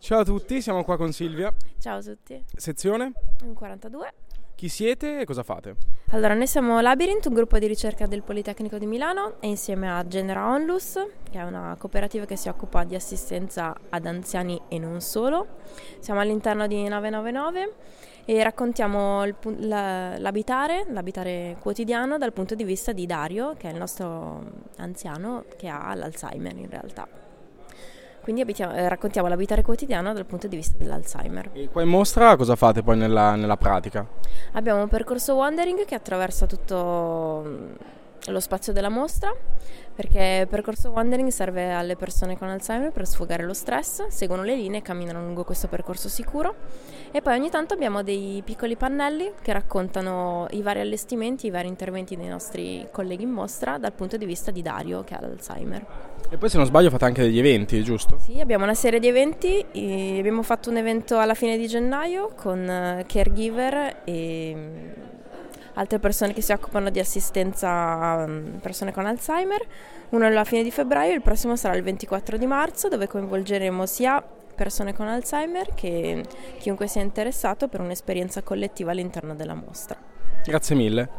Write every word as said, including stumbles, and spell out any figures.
Ciao a tutti, siamo qua con Silvia. Ciao a tutti. Sezione? Un quarantadue. Chi siete e cosa fate? Allora, noi siamo Labyrinth, un gruppo di ricerca del Politecnico di Milano, e insieme a Genera Onlus, che è una cooperativa che si occupa di assistenza ad anziani e non solo. Siamo all'interno di nove nove nove e raccontiamo il, la, l'abitare, l'abitare quotidiano dal punto di vista di Dario, che è il nostro anziano che ha l'Alzheimer in realtà. Quindi abitiamo, eh, raccontiamo l'abitare quotidiano dal punto di vista dell'Alzheimer. E qua in mostra cosa fate poi nella, nella pratica? Abbiamo un percorso wandering che attraversa tutto lo spazio della mostra, perché il percorso wandering serve alle persone con Alzheimer per sfogare lo stress, seguono le linee e camminano lungo questo percorso sicuro. E poi ogni tanto abbiamo dei piccoli pannelli che raccontano i vari allestimenti, i vari interventi dei nostri colleghi in mostra dal punto di vista di Dario, che ha l'Alzheimer. E poi se non sbaglio fate anche degli eventi, giusto? Sì, abbiamo una serie di eventi, e abbiamo fatto un evento alla fine di gennaio con caregiver e altre persone che si occupano di assistenza a persone con Alzheimer, uno alla fine di febbraio, il prossimo sarà il ventiquattro di marzo, dove coinvolgeremo sia persone con Alzheimer che chiunque sia interessato per un'esperienza collettiva all'interno della mostra. Grazie mille.